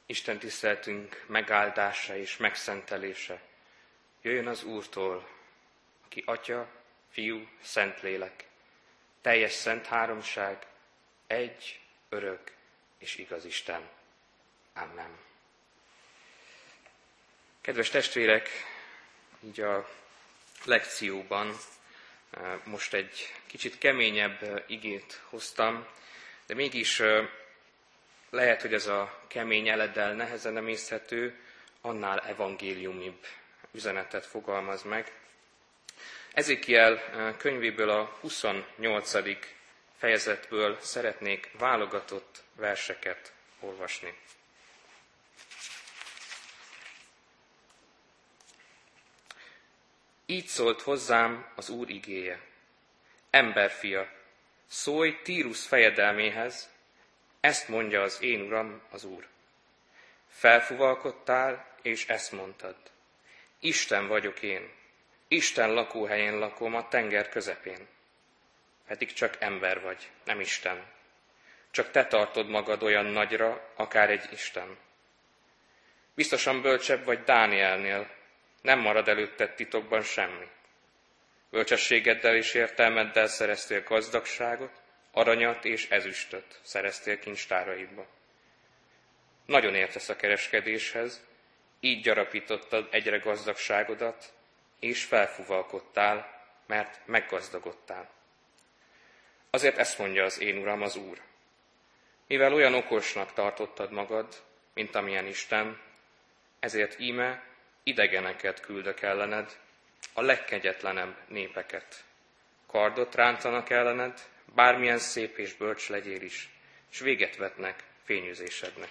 Isten tiszteletünk megáldása és megszentelése jöjjön az Úrtól, aki Atya, Fiú, Szentlélek, teljes szent háromság, egy, örök és igaz Isten. Amen. Kedves testvérek, így a lekcióban most egy kicsit keményebb igét hoztam, de mégis lehet, hogy ez a kemény eleddel nehezen emészthető, annál evangéliumibb üzenetet fogalmaz meg. Ezékiel könyvéből a 28. fejezetből szeretnék válogatott verseket olvasni. Így szólt hozzám az Úr igéje: Emberfia, szólj Tírus fejedelméhez, ezt mondja az én Uram, az Úr. Felfuvalkodtál, és ezt mondtad: Isten vagyok én, Isten lakóhelyén lakom a tenger közepén. Pedig csak ember vagy, nem Isten. Csak te tartod magad olyan nagyra, akár egy Isten. Biztosan bölcsebb vagy Dánielnél, nem marad előtted titokban semmi. Bölcsességeddel és értelmeddel szereztél gazdagságot, aranyat és ezüstöt szereztél kincstáraidba. Nagyon értesz a kereskedéshez, így gyarapítottad egyre gazdagságodat, és felfuvalkodtál, mert meggazdagodtál. Azért ezt mondja az én Uram, az Úr: mivel olyan okosnak tartottad magad, mint amilyen Isten, ezért íme idegeneket küldök ellened, a legkegyetlenebb népeket. Kardot rántanak ellened, bármilyen szép és bölcs legyél is, és véget vetnek fényűzésednek.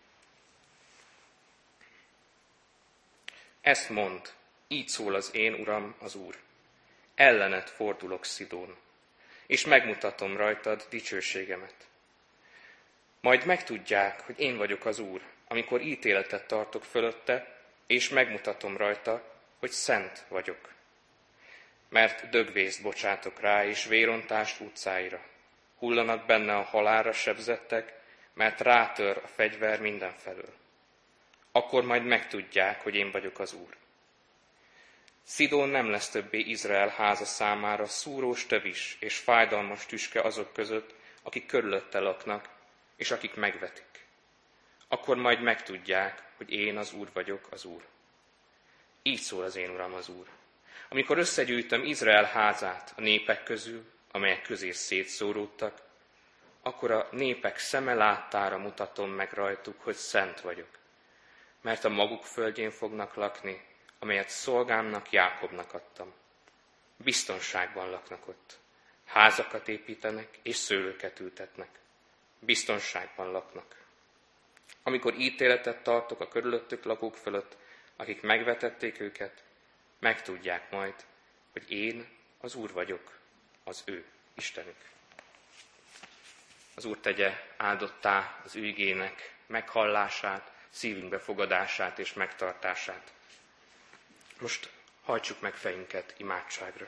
Ezt mond, így szól az én Uram, az Úr: ellened fordulok, Szidón, és megmutatom rajtad dicsőségemet. Majd megtudják, hogy én vagyok az Úr, amikor ítéletet tartok fölötte, és megmutatom rajta, hogy szent vagyok. Mert dögvészt bocsátok rá, és vérontást utcáira. Hullanak benne a halálra sebzettek, mert rátör a fegyver mindenfelől. Akkor majd megtudják, hogy én vagyok az Úr. Szidón nem lesz többé Izrael háza számára szúrós tövis és fájdalmas tüske azok között, akik körülötte laknak, és akik megvetik. Akkor majd megtudják, hogy én az Úr vagyok, az Úr. Így szól az én Uram, az Úr: amikor összegyűjtöm Izrael házát a népek közül, amelyek közé szétszóródtak, akkor a népek szeme láttára mutatom meg rajtuk, hogy szent vagyok. Mert a maguk földjén fognak lakni, amelyet szolgámnak, Jákobnak adtam. Biztonságban laknak ott. Házakat építenek, és szőlőket ültetnek. Biztonságban laknak. Amikor ítéletet tartok a körülöttük lakók fölött, akik megvetették őket, megtudják majd, hogy én az Úr vagyok, az ő Istenük. Az Úr tegye áldottá az ő igének meghallását, szívünk befogadását és megtartását. Most hajtsuk meg fejünket imádságra.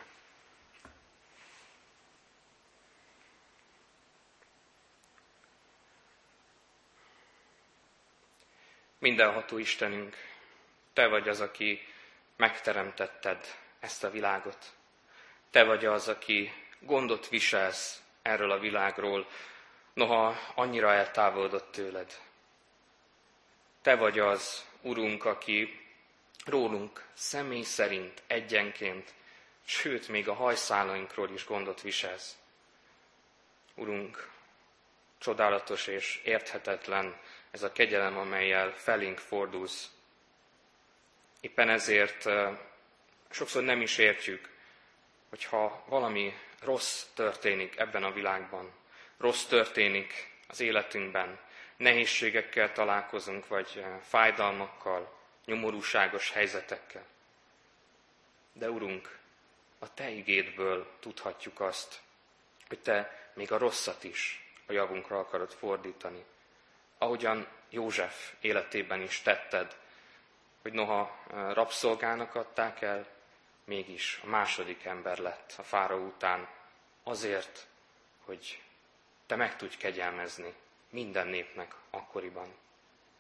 Mindenható Istenünk, Te vagy az, aki megteremtetted ezt a világot. Te vagy az, aki gondot viselsz erről a világról, noha annyira eltávolodott tőled. Te vagy az, Urunk, aki rólunk személy szerint, egyenként, sőt, még a hajszálainkról is gondot viselsz. Urunk, csodálatos és érthetetlen ez a kegyelem, amellyel felénk fordulsz. Éppen ezért sokszor nem is értjük, hogyha valami rossz történik ebben a világban, rossz történik az életünkben, nehézségekkel találkozunk, vagy fájdalmakkal, nyomorúságos helyzetekkel. De Urunk, a Te igédből tudhatjuk azt, hogy Te még a rosszat is a javunkra akarod fordítani. Ahogyan József életében is tetted, hogy noha rabszolgának adták el, mégis a második ember lett a fáraó után, azért, hogy Te meg tudj kegyelmezni minden népnek akkoriban.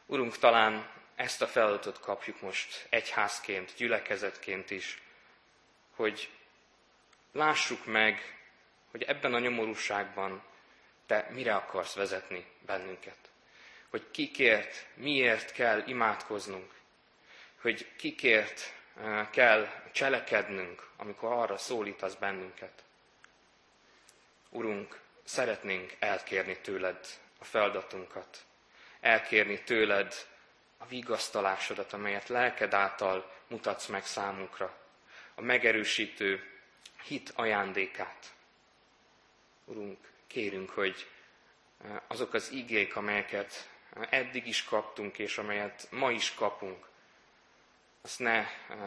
Urunk, talán ezt a feladatot kapjuk most egyházként, gyülekezetként is, hogy lássuk meg, hogy ebben a nyomorúságban Te mire akarsz vezetni bennünket. Hogy kikért, miért kell imádkoznunk, hogy kikért kell cselekednünk, amikor arra szólítasz bennünket. Urunk, szeretnénk elkérni tőled a feladatunkat, elkérni tőled a vigasztalásodat, amelyet lelked által mutatsz meg számunkra, a megerősítő hit ajándékát. Urunk, kérünk, hogy azok az igék, amelyeket eddig is kaptunk, és amelyet ma is kapunk, azt ne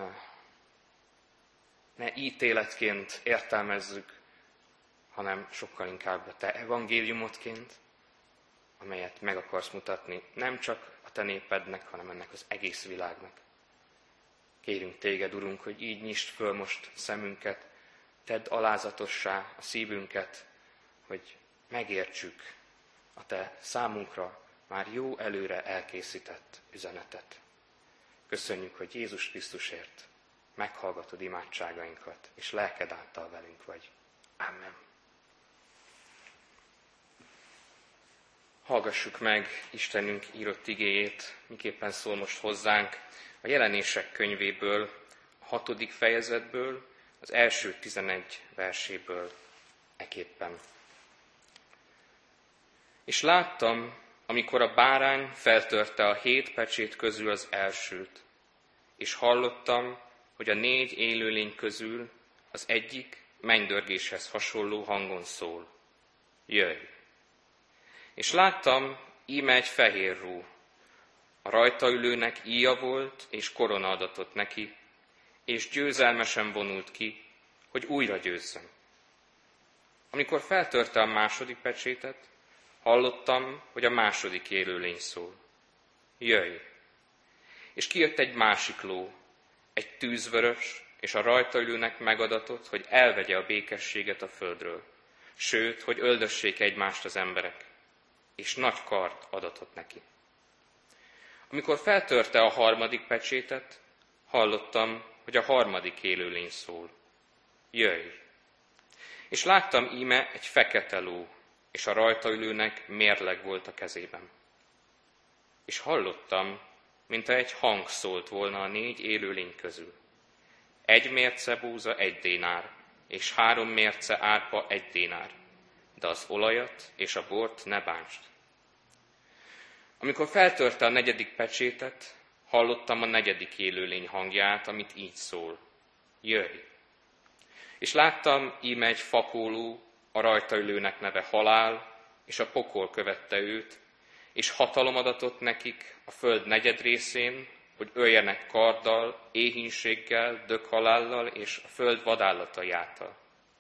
ítéletként értelmezzük, hanem sokkal inkább a Te evangéliumodként, amelyet meg akarsz mutatni nem csak a Te népednek, hanem ennek az egész világnak. Kérünk Téged, Urunk, hogy így nyisd föl most szemünket, tedd alázatossá a szívünket, hogy megértsük a Te számunkra már jó előre elkészített üzenetet. Köszönjük, hogy Jézus Krisztusért meghallgatod imádságainkat, és lelked által velünk vagy. Amen. Hallgassuk meg Istenünk írott igéjét, miképpen szól most hozzánk a Jelenések könyvéből, a 6. fejezetből, az első 11 verséből eképpen. És láttam, amikor a bárány feltörte a 7 pecsét közül az elsőt, és hallottam, hogy a 4 élőlény közül az egyik mennydörgéshez hasonló hangon szól. Jöjj! És láttam, íme egy fehér ró. A rajta ülőnek íja volt, és korona adatott neki, és győzelmesen vonult ki, hogy újra győzzön. Amikor feltörte a második pecsétet, hallottam, hogy a második élőlény szól. Jöjj! És kijött egy másik ló, egy tűzvörös, és a rajta ülőnek megadatott, hogy elvegye a békességet a földről, sőt, hogy öldössék egymást az emberek, és nagy kard adatott neki. Amikor feltörte a harmadik pecsétet, hallottam, hogy a harmadik élőlény szól. Jöjj! És láttam íme egy fekete ló, és a rajta ülőnek mérleg volt a kezében. És hallottam, mintha egy hang szólt volna a 4 élőlény közül. 1 mérce búza 1 dénár, és 3 mérce árpa 1 dénár, de az olajat és a bort ne bántsd. Amikor feltörte a 4. pecsétet, hallottam a 4. élőlény hangját, amit így szól. Jöjj! És láttam íme egy fakóló, a rajta ülőnek neve Halál, és a pokol követte őt, és hatalom adatott nekik a föld 4. részén, hogy öljenek karddal, éhínséggel, döghalállal és a föld vadállatai által.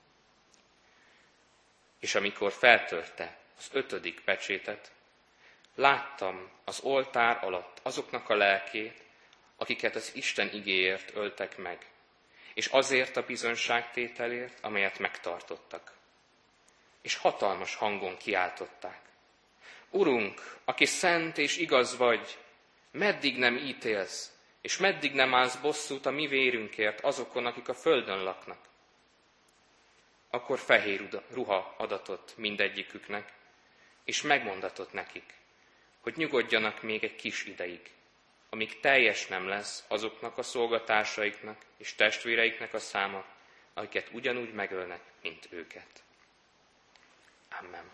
És amikor feltörte az 5. pecsétet, láttam az oltár alatt azoknak a lelkét, akiket az Isten igéért öltek meg, és azért a bizonyságtételért, amelyet megtartottak. És hatalmas hangon kiáltották. Urunk, aki szent és igaz vagy, meddig nem ítélsz, és meddig nem állsz bosszút a mi vérünkért azokon, akik a földön laknak? Akkor fehér ruha adatott mindegyiküknek, és megmondatott nekik, hogy nyugodjanak még egy kis ideig, amíg teljes nem lesz azoknak a szolgatársaiknak és testvéreiknek a száma, akiket ugyanúgy megölnek, mint őket. Amen.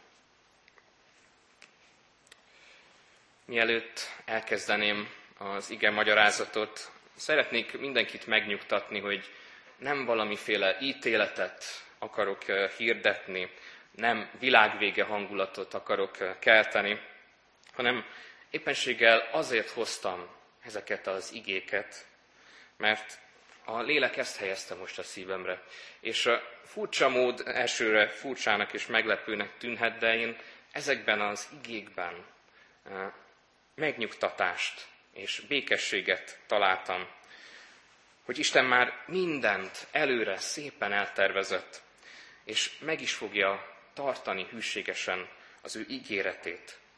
Mielőtt elkezdeném az ige magyarázatot, szeretnék mindenkit megnyugtatni, hogy nem valamiféle ítéletet akarok hirdetni, nem világvége hangulatot akarok kelteni, hanem éppenséggel azért hoztam ezeket az igéket, mert a lélek ezt helyezte most a szívemre. És a furcsa mód elsőre furcsának és meglepőnek tűnhet, de én ezekben az igékben megnyugtatást és békességet találtam, hogy Isten már mindent előre szépen eltervezett, és meg is fogja tartani hűségesen az ő ígéretét.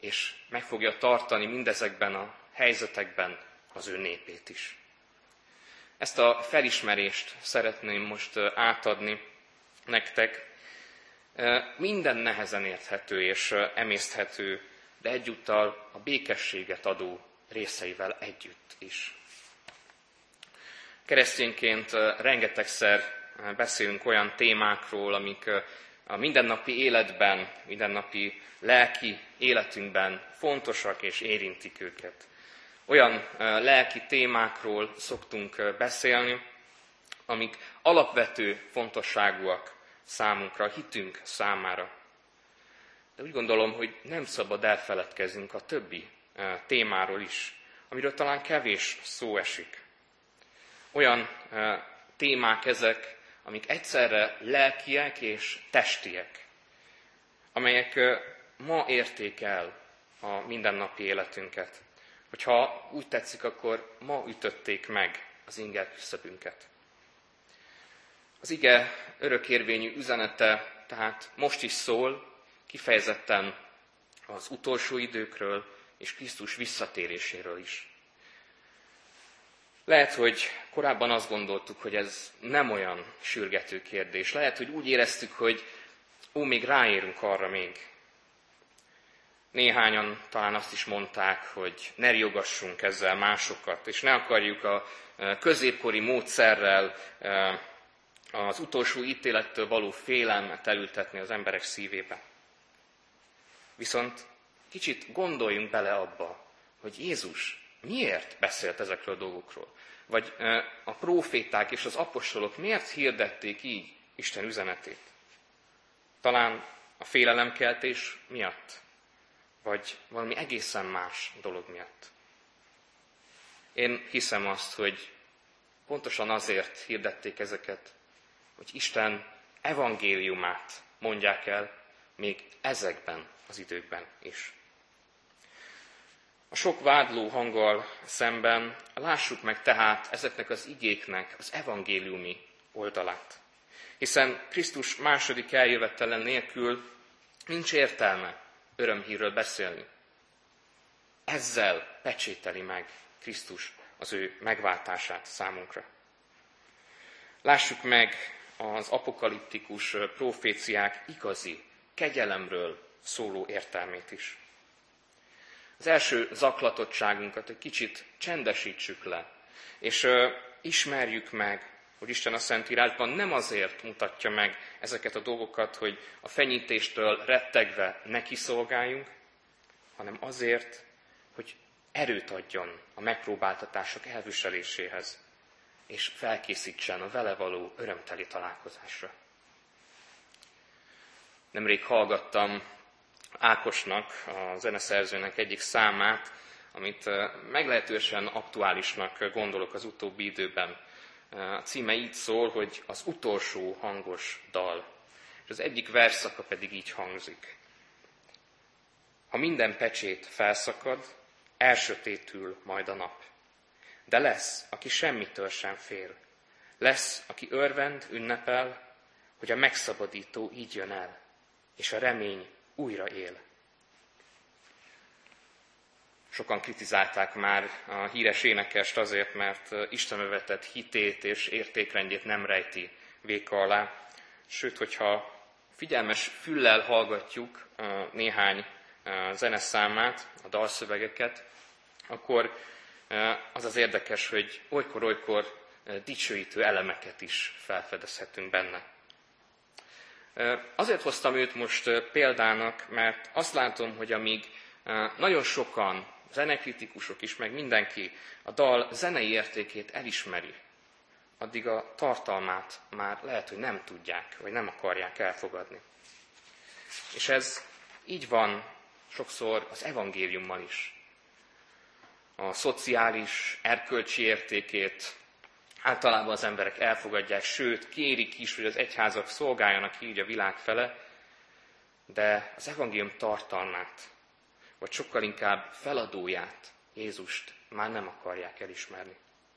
és meg fogja tartani mindezekben a helyzetekben az ő népét is. Ezt a felismerést szeretném most átadni nektek. Minden nehezen érthető és emészthető, de egyúttal a békességet adó részeivel együtt is. Keresztényként rengetegszer beszélünk olyan témákról, amik a mindennapi életben, mindennapi lelki életünkben fontosak és érintik őket. Olyan lelki témákról szoktunk beszélni, amik alapvető fontosságúak számunkra, a hitünk számára. De úgy gondolom, hogy nem szabad elfeledkeznünk a többi témáról is, amiről talán kevés szó esik. Olyan témák ezek, amik egyszerre lelkiek és testiek, amelyek ma érték el a mindennapi életünket. Hogyha úgy tetszik, akkor ma ütötték meg az inger küszöbünket. Az ige örökérvényű üzenete tehát most is szól, kifejezetten az utolsó időkről és Krisztus visszatéréséről is. Lehet, hogy korábban azt gondoltuk, hogy ez nem olyan sürgető kérdés. Lehet, hogy úgy éreztük, hogy még ráérünk arra még. Néhányan talán azt is mondták, hogy ne riogassunk ezzel másokat, és ne akarjuk a középkori módszerrel az utolsó ítélettől való félelmet elültetni az emberek szívébe. Viszont kicsit gondoljunk bele abba, hogy Jézus miért beszélt ezekről a dolgokról. Vagy a próféták és az apostolok miért hirdették így Isten üzenetét. Talán a félelemkeltés miatt, vagy valami egészen más dolog miatt. Én hiszem azt, hogy pontosan azért hirdették ezeket, hogy Isten evangéliumát mondják el még ezekben az időkben is. A sok vádló hanggal szemben lássuk meg tehát ezeknek az igéknek az evangéliumi oldalát. Hiszen Krisztus második eljövetele nélkül nincs értelme örömhírről beszélni. Ezzel pecsételi meg Krisztus az ő megváltását számunkra. Lássuk meg az apokaliptikus proféciák igazi, kegyelemről szóló értelmét is. Az első zaklatottságunkat egy kicsit csendesítsük le, és ismerjük meg, hogy Isten a Szentírásban nem azért mutatja meg ezeket a dolgokat, hogy a fenyítéstől rettegve neki szolgáljunk, hanem azért, hogy erőt adjon a megpróbáltatások elviseléséhez, és felkészítsen a vele való örömteli találkozásra. Nemrég hallgattam Ákosnak, a zeneszerzőnek egyik számát, amit meglehetősen aktuálisnak gondolok az utóbbi időben. A címe így szól, hogy az utolsó hangos dal. És az egyik versszaka pedig így hangzik. Ha minden pecsét felszakad, elsötétül majd a nap. De lesz, aki semmitől sem fél. Lesz, aki örvend, ünnepel, hogy a megszabadító így jön el, és a remény újra él. Sokan kritizálták már a híres énekest azért, mert Istenbe vetett hitét és értékrendjét nem rejti véka alá. Sőt, hogyha figyelmes füllel hallgatjuk néhány zeneszámát, a dalszövegeket, akkor az az érdekes, hogy olykor-olykor dicsőítő elemeket is felfedezhetünk benne. Azért hoztam őt most példának, mert azt látom, hogy amíg nagyon sokan, zenekritikusok is, meg mindenki a dal zenei értékét elismeri, addig a tartalmát már lehet, hogy nem tudják, vagy nem akarják elfogadni. És ez így van sokszor az evangéliummal is. A szociális, erkölcsi értékét általában az emberek elfogadják, sőt, kérik is, hogy az egyházak szolgáljanak így a világ fele, de az evangélium tartalmát, vagy sokkal inkább feladóját, Jézust már nem akarják elismerni.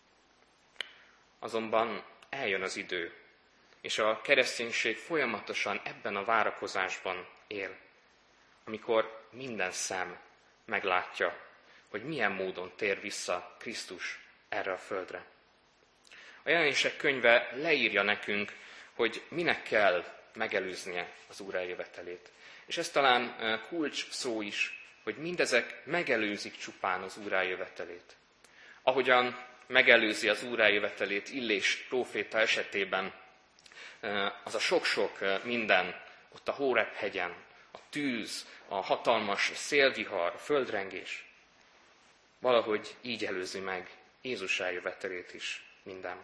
Azonban eljön az idő, és a kereszténység folyamatosan ebben a várakozásban él, amikor minden szem meglátja, hogy milyen módon tér vissza Krisztus erre a földre. A Jelenések könyve leírja nekünk, hogy minek kell megelőznie az Úr eljövetelét. És ez talán kulcs szó is, hogy mindezek megelőzik csupán az Úr eljövetelét. Ahogyan megelőzi az Úr eljövetelét Illés próféta esetében az a sok-sok minden ott a Hóreb hegyen, a tűz, a hatalmas szélvihar, a földrengés. Valahogy így előzi meg Jézus eljövetelét is minden.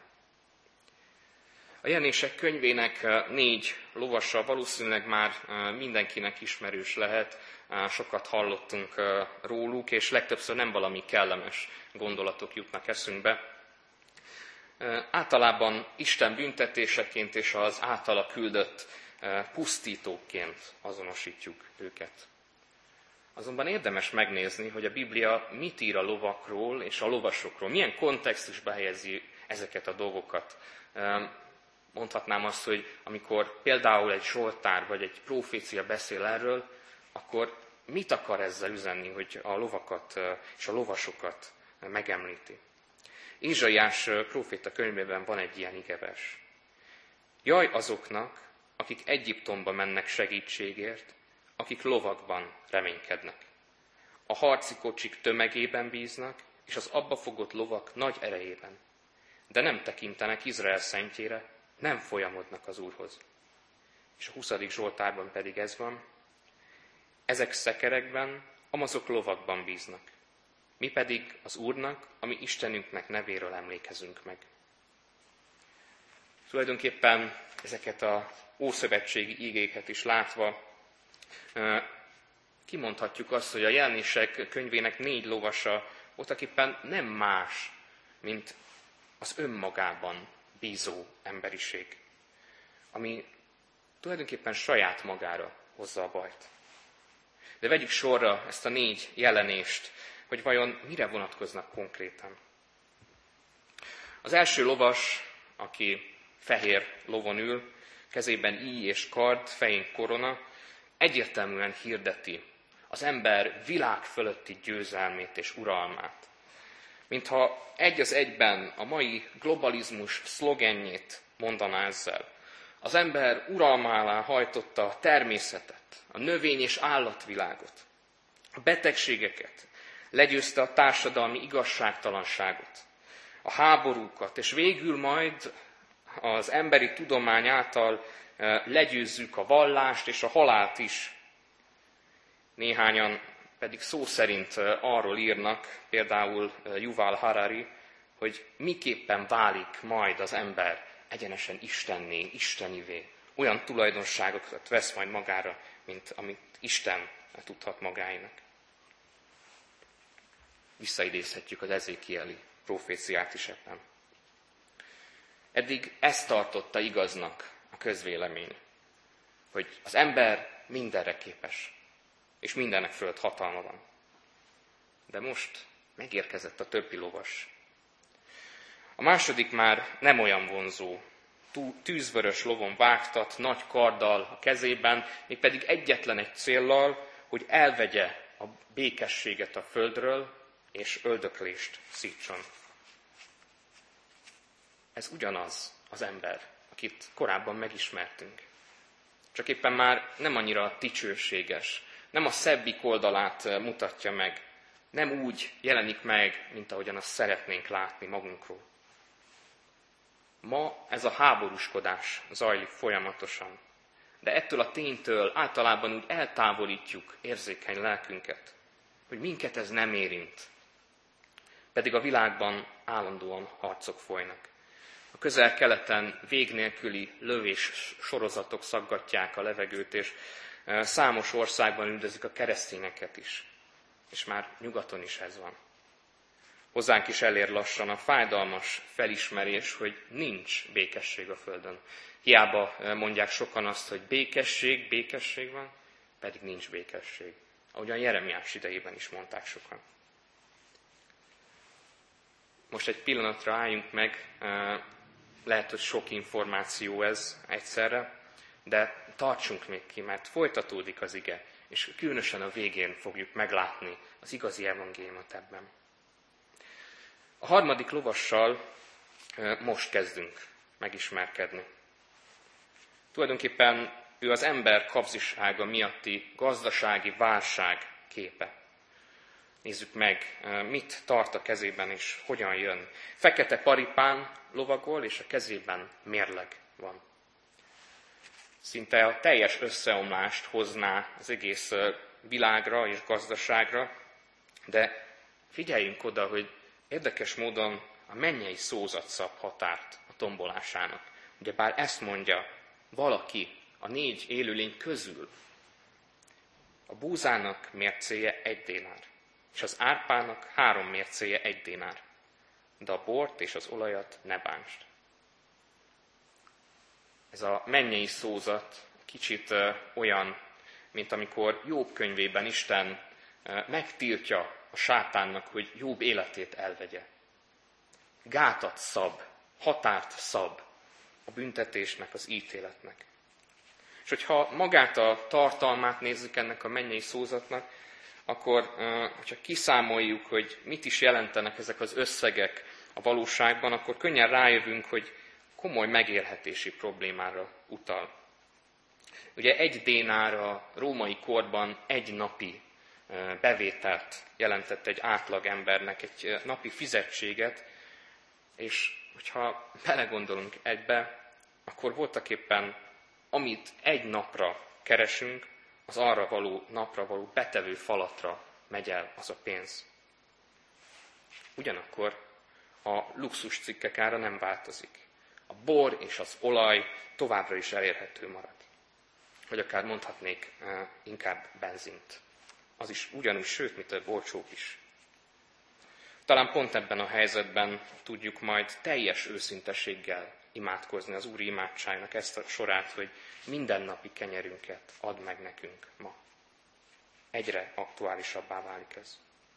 A Jelenések könyvének 4 lovasa valószínűleg már mindenkinek ismerős lehet, sokat hallottunk róluk, és legtöbbször nem valami kellemes gondolatok jutnak eszünkbe. Általában Isten büntetéseként és az általa küldött pusztítóként azonosítjuk őket. Azonban érdemes megnézni, hogy a Biblia mit ír a lovakról és a lovasokról, milyen kontextusba helyezi ezeket a dolgokat. Mondhatnám azt, hogy amikor például egy zsoltár vagy egy prófécia beszél erről, akkor mit akar ezzel üzenni, hogy a lovakat és a lovasokat megemlíti. Ézsaiás próféta könyvében van egy ilyen igevers. Jaj azoknak, akik Egyiptomba mennek segítségért, akik lovakban reménykednek. A harci kocsik tömegében bíznak, és az abba fogott lovak nagy erejében. De nem tekintenek Izrael szentjére, nem folyamodnak az Úrhoz. És a 20. Zsoltárban pedig ez van. Ezek szekerekben, amazok lovakban bíznak. Mi pedig az Úrnak, ami Istenünknek nevéről emlékezünk meg. Tulajdonképpen ezeket az ószövetségi igéket is látva kimondhatjuk azt, hogy a Jelenések könyvének 4 lovasa voltaképpen nem más, mint az önmagában bízó emberiség, ami tulajdonképpen saját magára hozza a bajt. De vegyük sorra ezt a 4 jelenést, hogy vajon mire vonatkoznak konkrétan. Az első lovas, aki fehér lovon ül, kezében íj és kard, fején korona, egyértelműen hirdeti az ember világ fölötti győzelmét és uralmát. Mintha egy az egyben a mai globalizmus szlogenjét mondaná ezzel. Az ember uralma alá hajtotta a természetet, a növény- és állatvilágot, a betegségeket, legyőzte a társadalmi igazságtalanságot, a háborúkat, és végül majd az emberi tudomány által legyőzzük a vallást és a halált is. Néhányan pedig szó szerint arról írnak, például Yuval Harari, hogy miképpen válik majd az ember egyenesen istenné, istenivé. Olyan tulajdonságokat vesz majd magára, mint amit Isten tudhat magáénak. Visszaidézhetjük az Ezékieli proféciát is ebben. Eddig ezt tartotta igaznak a közvélemény, hogy az ember mindenre képes, és mindennek fölött hatalma van. De most megérkezett a többi lovas. A második már nem olyan vonzó. Tűzvörös lovon vágtat, nagy karddal a kezében, mégpedig egyetlen egy céllal, hogy elvegye a békességet a földről, és öldöklést szítson. Ez ugyanaz az ember, akit korábban megismertünk. Csak éppen már nem annyira dicsőséges, nem a szebbik oldalát mutatja meg, nem úgy jelenik meg, mint ahogyan azt szeretnénk látni magunkról. Ma ez a háborúskodás zajlik folyamatosan, de ettől a ténytől általában úgy eltávolítjuk érzékeny lelkünket, hogy minket ez nem érint. Pedig a világban állandóan harcok folynak. A Közel-Keleten vég nélküli lövés sorozatok szaggatják a levegőt, és számos országban üldözik a keresztényeket is. És már nyugaton is ez van. Hozzánk is elér lassan a fájdalmas felismerés, hogy nincs békesség a Földön. Hiába mondják sokan azt, hogy békesség van, pedig nincs békesség. Ahogyan Jeremiás idejében is mondták sokan. Most egy pillanatra álljunk meg, lehet, hogy sok információ ez egyszerre, de tartsunk még ki, mert folytatódik az ige, és különösen a végén fogjuk meglátni az igazi evangéliumot ebben. A harmadik lovassal most kezdünk megismerkedni. Tulajdonképpen ő az ember kapzsisága miatti gazdasági válság képe. Nézzük meg, mit tart a kezében és hogyan jön. Fekete paripán lovagol, és a kezében mérleg van. Szinte a teljes összeomlást hozná az egész világra és gazdaságra, de figyeljünk oda, hogy érdekes módon a mennyei szózat szab határt a tombolásának. Ugyebár ezt mondja valaki a 4 élőlény közül. A búzának mércéje 1 dénár, és az árpának 3 mércéje 1 dénár, de a bort és az olajat ne bántsd. Ez a mennyei szózat kicsit olyan, mint amikor Jobb könyvében Isten megtiltja a sátánnak, hogy Jobb életét elvegye. Gátat szab, határt szab a büntetésnek, az ítéletnek. És hogyha magát a tartalmát nézzük ennek a mennyei szózatnak, akkor, hogyha kiszámoljuk, hogy mit is jelentenek ezek az összegek a valóságban, akkor könnyen rájövünk, hogy komoly megélhetési problémára utal. Ugye 1 dénár a római korban 1 napi bevételt jelentett egy átlag embernek, egy napi fizetséget, és hogyha belegondolunk ebbe, akkor voltaképpen amit 1 napra keresünk, az arra való napra való betevő falatra megy el az a pénz. Ugyanakkor a luxus cikkek ára nem változik. A bor és az olaj továbbra is elérhető marad. Vagy akár mondhatnék inkább benzint. Az is ugyanúgy, sőt, mint a olcsóbb is. Talán pont ebben a helyzetben tudjuk majd teljes őszinteséggel imádkozni az Úri imádságnak ezt a sorát, hogy mindennapi kenyerünket add meg nekünk ma. Egyre aktuálisabbá válik ez.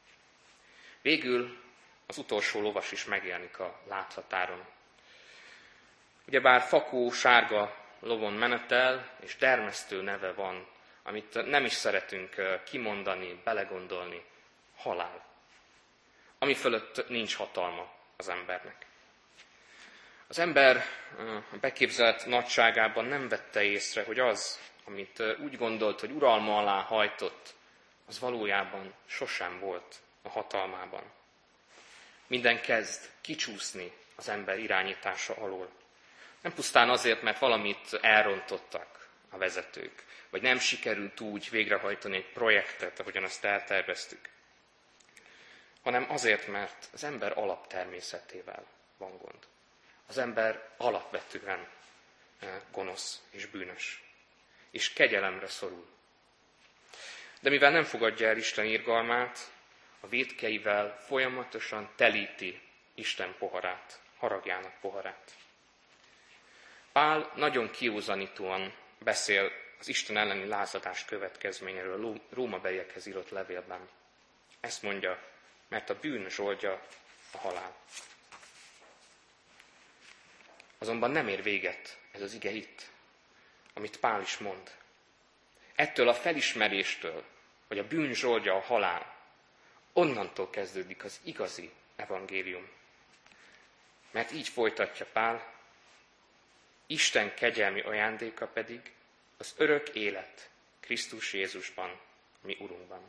Végül az utolsó lovas is megjelenik a láthatáron. Ugyebár fakó, sárga lovon menetel, és dermesztő neve van, amit nem is szeretünk kimondani, belegondolni, halál. Ami fölött nincs hatalma az embernek. Az ember a beképzelt nagyságában nem vette észre, hogy az, amit úgy gondolt, hogy uralma alá hajtott, az valójában sosem volt a hatalmában. Minden kezd kicsúszni az ember irányítása alól. Nem pusztán azért, mert valamit elrontottak a vezetők, vagy nem sikerült úgy végrehajtani egy projektet, ahogyan azt elterveztük, hanem azért, mert az ember alaptermészetével van gond. Az ember alapvetően gonosz és bűnös, és kegyelemre szorul. De mivel nem fogadja el Isten irgalmát, a vétkeivel folyamatosan telíti Isten poharát, haragjának poharát. Pál nagyon kiúzanítóan beszél az Isten elleni lázadás következményéről a rómabeliekhez írott levélben. Ezt mondja, mert a bűn zsoldja a halál. Azonban nem ér véget ez az ige itt, amit Pál is mond. Ettől a felismeréstől, hogy a bűn zsoldja a halál, onnantól kezdődik az igazi evangélium. Mert így folytatja Pál, Isten kegyelmi ajándéka pedig az örök élet Krisztus Jézusban, mi Urunkban.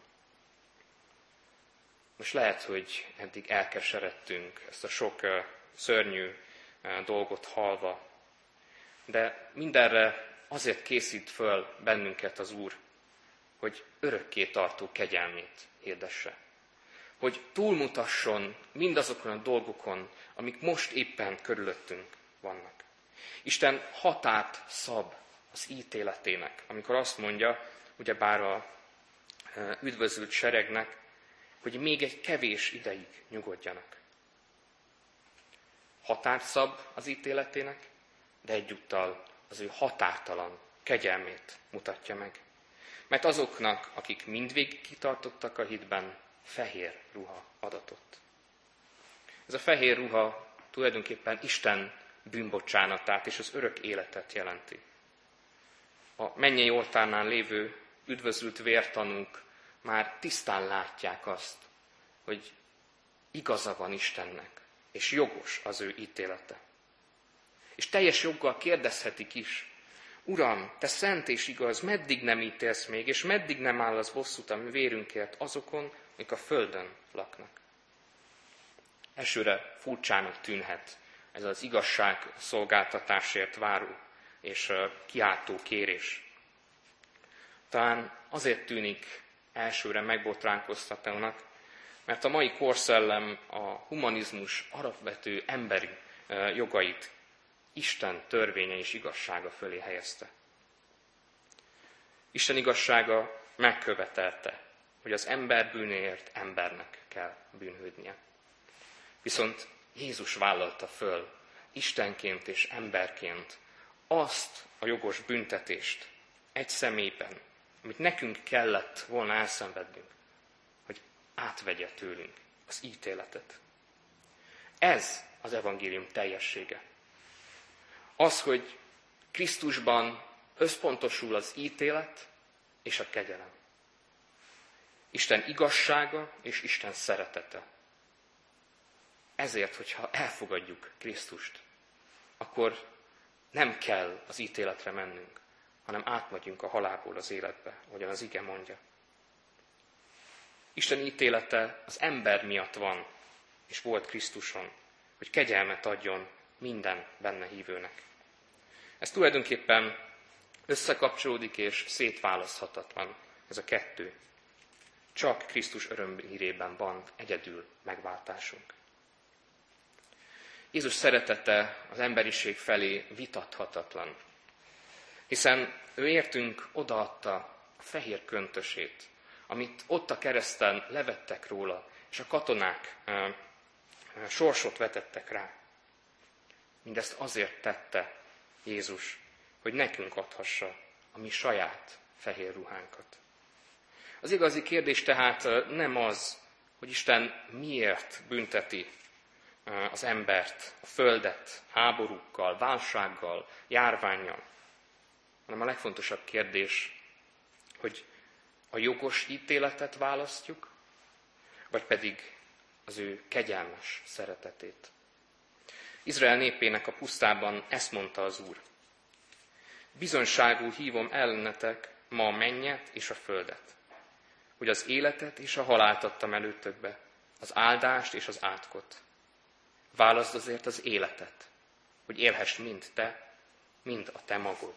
Most lehet, hogy eddig elkeseredtünk ezt a sok szörnyű dolgot hallva, de mindenre azért készít föl bennünket az Úr, hogy örökké tartó kegyelmét hirdesse. Hogy túlmutasson mindazokon a dolgokon, amik most éppen körülöttünk vannak. Isten határt szab az ítéletének, amikor azt mondja, ugyebár a üdvözült seregnek, hogy még egy kevés ideig nyugodjanak. Határt szab az ítéletének, de egyúttal az ő határtalan kegyelmét mutatja meg. Mert azoknak, akik mindvégig kitartottak a hitben, fehér ruha adatott. Ez a fehér ruha tulajdonképpen Isten bűnbocsánatát és az örök életet jelenti. A mennyei oltárnál lévő üdvözült vértanúk már tisztán látják azt, hogy igaza van Istennek, és jogos az ő ítélete. És teljes joggal kérdezhetik is, Uram, te szent és igaz, meddig nem ítélsz még, és meddig nem állasz bosszút a mi vérünkért azokon, akik a földön laknak? Elsőre furcsának tűnhet ez az igazság szolgáltatásért váró és kiáltó kérés. Talán azért tűnik elsőre megbotránkoztatónak, mert a mai korszellem a humanizmus alapvető emberi jogait Isten törvénye és igazsága fölé helyezte. Isten igazsága megkövetelte, hogy az ember bűnéért embernek kell bűnhődnie. Viszont Jézus vállalta föl Istenként és emberként azt a jogos büntetést egy személyben, amit nekünk kellett volna elszenvednünk, hogy átvegye tőlünk az ítéletet. Ez az evangélium teljessége. Az, hogy Krisztusban összpontosul az ítélet és a kegyelem. Isten igazsága és Isten szeretete. Ezért, hogyha elfogadjuk Krisztust, akkor nem kell az ítéletre mennünk, hanem átmegyünk a halálból az életbe, ahogyan az ige mondja. Isten ítélete az ember miatt van, és volt Krisztuson, hogy kegyelmet adjon minden benne hívőnek. Ez tulajdonképpen összekapcsolódik és szétválaszthatatlan, ez a kettő. Csak Krisztus örömhírében van egyedül megváltásunk. Jézus szeretete az emberiség felé vitathatatlan, hiszen ő értünk odaadta a fehér köntösét, amit ott a kereszten levettek róla, és a katonák sorsot vetettek rá. Mindezt azért tette Jézus, hogy nekünk adhassa a mi saját fehér ruhánkat. Az igazi kérdés tehát nem az, hogy Isten miért bünteti az embert, a földet háborúkkal, válsággal, járvánnyal, hanem a legfontosabb kérdés, hogy a jogos ítéletet választjuk, vagy pedig az ő kegyelmes szeretetét. Izrael népének a pusztában ezt mondta az Úr. Bizonyságul hívom ellenetek ma a mennyet és a földet, hogy az életet és a halált adtam előtökbe, az áldást és az átkot. Válaszd azért az életet, hogy élhess mind te, mind a te magod.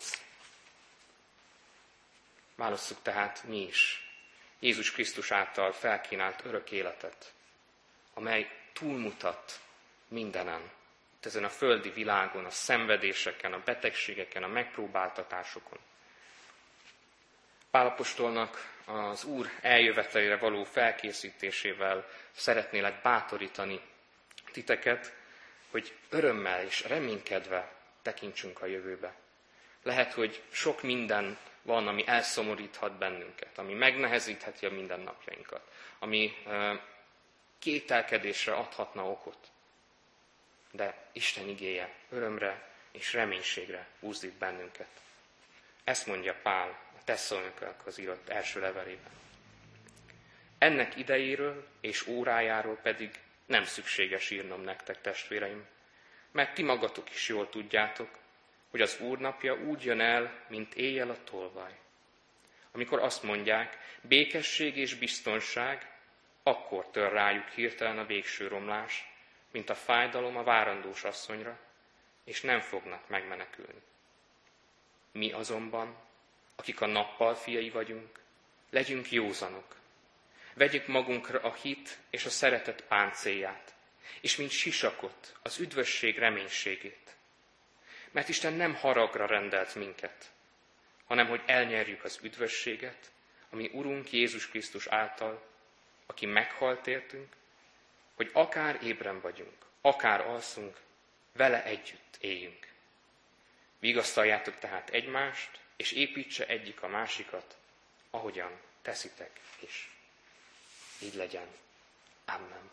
Válasszuk tehát mi is Jézus Krisztus által felkínált örök életet, amely túlmutat mindenen, itt ezen a földi világon, a szenvedéseken, a betegségeken, a megpróbáltatásokon. Pál apostolnak az Úr eljövetelére való felkészítésével szeretnélek bátorítani titeket, hogy örömmel és reménykedve tekintsünk a jövőbe. Lehet, hogy sok minden van, ami elszomoríthat bennünket, ami megnehezítheti a mindennapjainkat, ami kételkedésre adhatna okot. De Isten igéje örömre és reménységre buzdít bennünket. Ezt mondja Pál a Tesszalonikaiakhoz írott első levelében. Ennek idejéről és órájáról pedig nem szükséges írnom nektek, testvéreim, mert ti magatok is jól tudjátok, hogy az Úr napja úgy jön el, mint éjjel a tolvaj. Amikor azt mondják, békesség és biztonság, akkor tör rájuk hirtelen a végső romlás, mint a fájdalom a várandós asszonyra, és nem fognak megmenekülni. Mi azonban, akik a nappal fiai vagyunk, legyünk józanok. Vegyük magunkra a hit és a szeretet páncélját, és mint sisakot az üdvösség reménységét. Mert Isten nem haragra rendelt minket, hanem hogy elnyerjük az üdvösséget, ami Urunk Jézus Krisztus által, aki meghalt értünk, hogy akár ébren vagyunk, akár alszunk, vele együtt éljünk. Vigasztaljátok tehát egymást, és építse egyik a másikat, ahogyan teszitek is. Így legyen. Amen.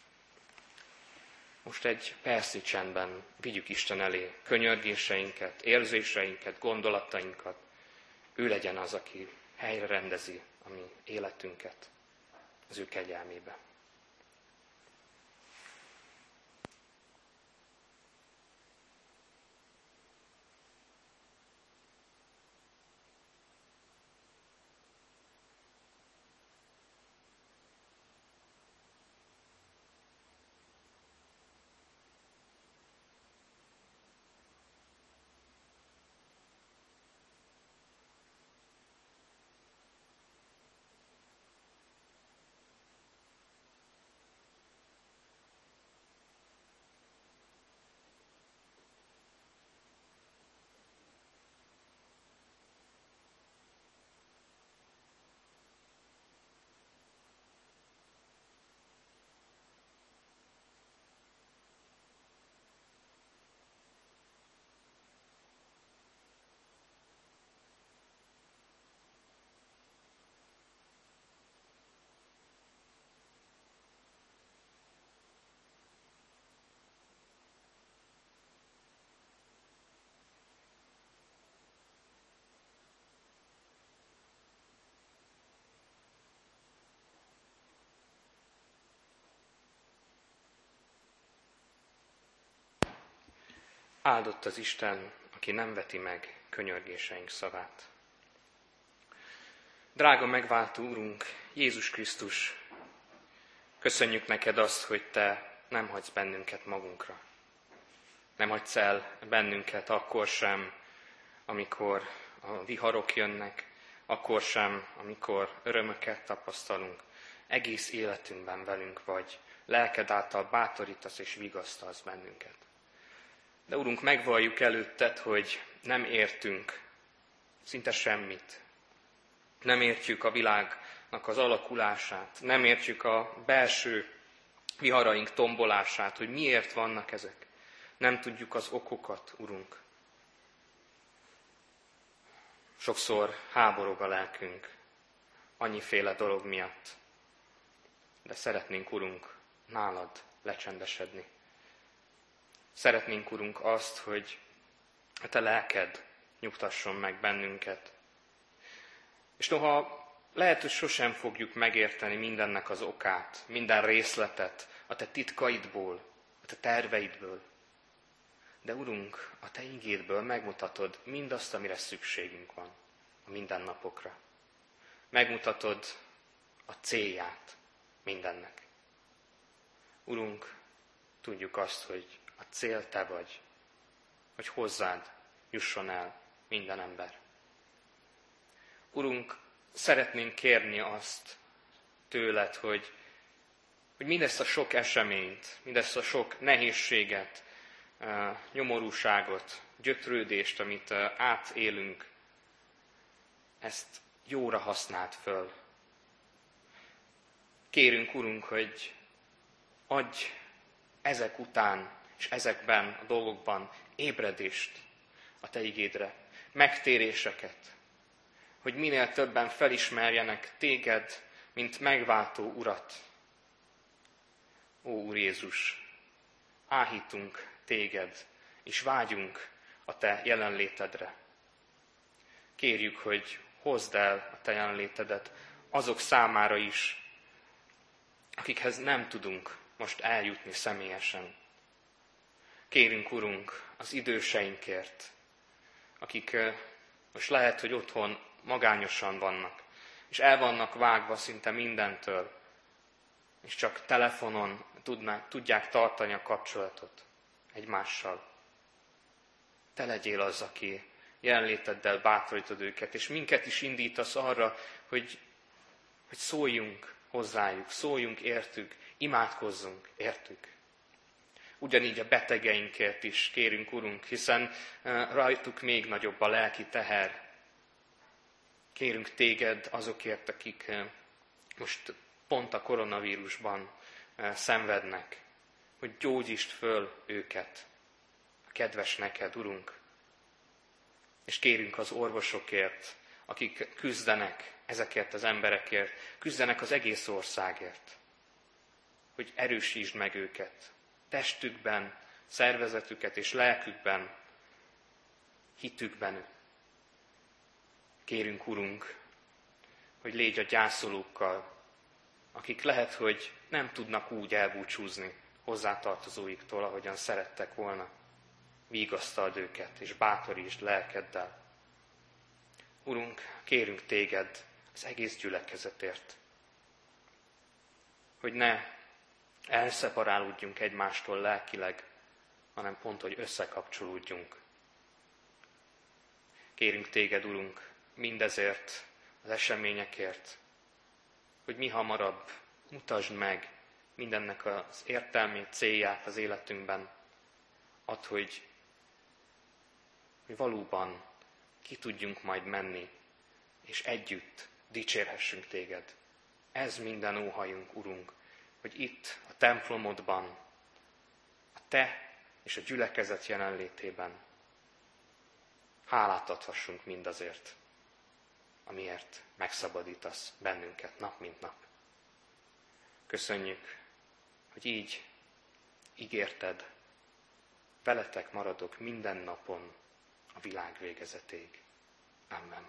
Most egy percnyi csendben vigyük Isten elé könyörgéseinket, érzéseinket, gondolatainkat. Ő legyen az, aki helyre rendezi a mi életünket az ő kegyelmébe. Áldott az Isten, aki nem veti meg könyörgéseink szavát. Drága megváltó Urunk, Jézus Krisztus, köszönjük neked azt, hogy Te nem hagysz bennünket magunkra. Nem hagysz el bennünket akkor sem, amikor a viharok jönnek, akkor sem, amikor örömöket tapasztalunk. Egész életünkben velünk vagy, lelked által bátorítasz és vigasztalsz bennünket. De Urunk, megvalljuk előtted, hogy nem értünk szinte semmit. Nem értjük a világnak az alakulását, nem értjük a belső viharaink tombolását, hogy miért vannak ezek. Nem tudjuk az okokat, Urunk. Sokszor háborog a lelkünk annyiféle dolog miatt, de szeretnénk, Urunk, nálad lecsendesedni. Szeretnénk, Urunk, azt, hogy a Te lelked nyugtasson meg bennünket. És noha lehet, hogy sosem fogjuk megérteni mindennek az okát, minden részletet a Te titkaidból, a Te terveidből, de Urunk, a Te igédből megmutatod mindazt, amire szükségünk van a mindennapokra. Megmutatod a célját mindennek. Urunk, tudjuk azt, hogy a cél Te vagy, hogy hozzád jusson el minden ember. Urunk, szeretnénk kérni azt tőled, hogy mindezt a sok eseményt, mindezt a sok nehézséget, nyomorúságot, gyötrődést, amit átélünk, ezt jóra használd föl. Kérünk, Urunk, hogy adj ezek után és ezekben a dolgokban ébredést a Te igédre, megtéréseket, hogy minél többen felismerjenek Téged, mint megváltó Urat. Ó, Úr Jézus, áhítunk Téged, és vágyunk a Te jelenlétedre. Kérjük, hogy hozd el a Te jelenlétedet azok számára is, akikhez nem tudunk most eljutni személyesen. Kérünk, Urunk, az időseinkért, akik most lehet, hogy otthon magányosan vannak, és el vannak vágva szinte mindentől, és csak telefonon tudják tartani a kapcsolatot egymással. Te legyél az, aki jelenléteddel bátorítod őket, és minket is indítasz arra, hogy szóljunk hozzájuk, szóljunk értük, imádkozzunk értük. Ugyanígy a betegeinkért is kérünk, Urunk, hiszen rajtuk még nagyobb a lelki teher. Kérünk Téged azokért, akik most pont a koronavírusban szenvednek, hogy gyógyítsd föl őket, a kedves neked, Urunk. És kérünk az orvosokért, akik küzdenek ezekért az emberekért, küzdenek az egész országért, hogy erősítsd meg őket, testükben, szervezetüket és lelkükben, hitükben. Kérünk, Urunk, hogy légy a gyászolókkal, akik lehet, hogy nem tudnak úgy elbúcsúzni hozzátartozóiktól, ahogyan szerettek volna. Vigasztald őket, és bátorítsd lelkeddel. Urunk, kérünk téged az egész gyülekezetért, hogy ne elszeparálódjunk egymástól lelkileg, hanem pont, hogy összekapcsolódjunk. Kérünk téged, Urunk, mindezért, az eseményekért, hogy mi hamarabb mutasd meg mindennek az értelmét, célját az életünkben, add, hogy valóban ki tudjunk majd menni, és együtt dicsérhessünk téged. Ez minden óhajunk, Urunk, hogy itt a templomodban, a te és a gyülekezet jelenlétében hálát adhassunk mindazért, amiért megszabadítasz bennünket nap mint nap. Köszönjük, hogy így ígérted, veletek maradok minden napon a világ végezetéig. Amen.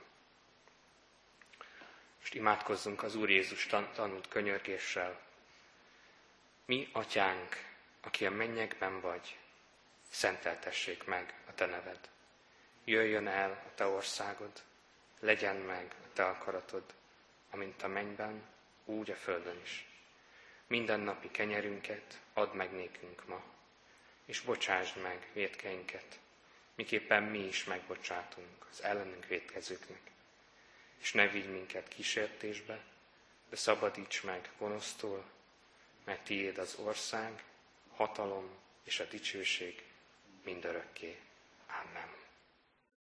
Most imádkozzunk az Úr Jézus tanult könyörgéssel. Mi, Atyánk, aki a mennyekben vagy, szenteltessék meg a te neved. Jöjjön el a te országod, legyen meg a te akaratod, amint a mennyben, úgy a földön is. Mindennapi kenyerünket add meg nékünk ma, és bocsásd meg vétkeinket, miképpen mi is megbocsátunk az ellenünk vétkezőknek. És ne vigy minket kísértésbe, de szabadíts meg gonosztól, mert tiéd az ország, hatalom és a dicsőség mindörökké. Amen.